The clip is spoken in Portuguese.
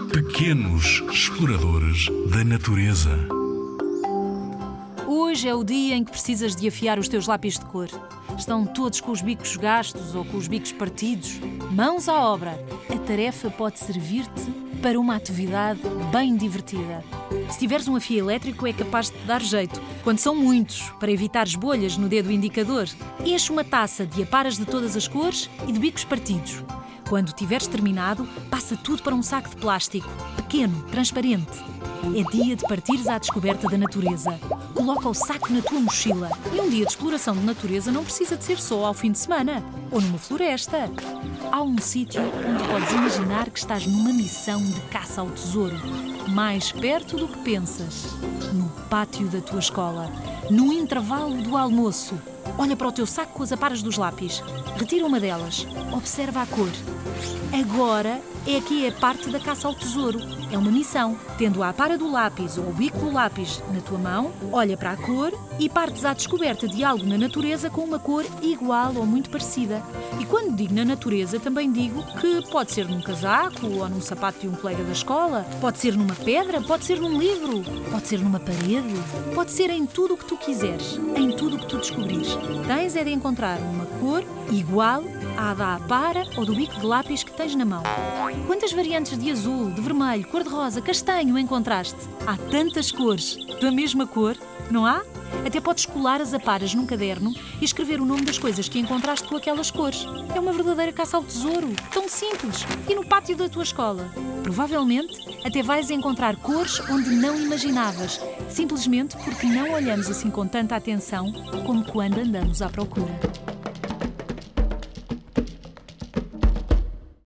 Pequenos exploradores da natureza. Hoje é o dia em que precisas de afiar os teus lápis de cor. Estão todos com os bicos gastos ou com os bicos partidos. Mãos à obra. A tarefa pode servir-te para uma atividade bem divertida. Se tiveres um afio elétrico, é capaz de te dar jeito. Quando são muitos, para evitar bolhas no dedo indicador. Enche uma taça de aparas de todas as cores e de bicos partidos. Quando tiveres terminado, passa tudo para um saco de plástico, pequeno, transparente. É dia de partires à descoberta da natureza. Coloca o saco na tua mochila. E um dia de exploração de natureza não precisa de ser só ao fim de semana ou numa floresta. Há um sítio onde podes imaginar que estás numa missão de caça ao tesouro. Mais perto do que pensas. No pátio da tua escola. No intervalo do almoço. Olha para o teu saco com as aparas dos lápis. Retira uma delas. Observa a cor. Agora é aqui a parte da caça ao tesouro. É uma missão. Tendo a apara do lápis ou o bico do lápis na tua mão, olha para a cor e partes à descoberta de algo na natureza com uma cor igual ou muito parecida. E quando digo na natureza, também digo que pode ser num casaco ou num sapato de um colega da escola, pode ser numa pedra, pode ser num livro, pode ser numa parede, pode ser em tudo o que tu quiseres, em tudo o que tu descobrires. Tens é de encontrar uma cor igual à da apara ou do bico de lápis que tens na mão. Quantas variantes de azul, de vermelho, cor-de-rosa, castanho encontraste? Há tantas cores da mesma cor, não há? Até podes colar as aparas num caderno e escrever o nome das coisas que encontraste com aquelas cores. É uma verdadeira caça ao tesouro, tão simples, e no pátio da tua escola. Provavelmente até vais encontrar cores onde não imaginavas, simplesmente porque não olhamos assim com tanta atenção como quando andamos à procura.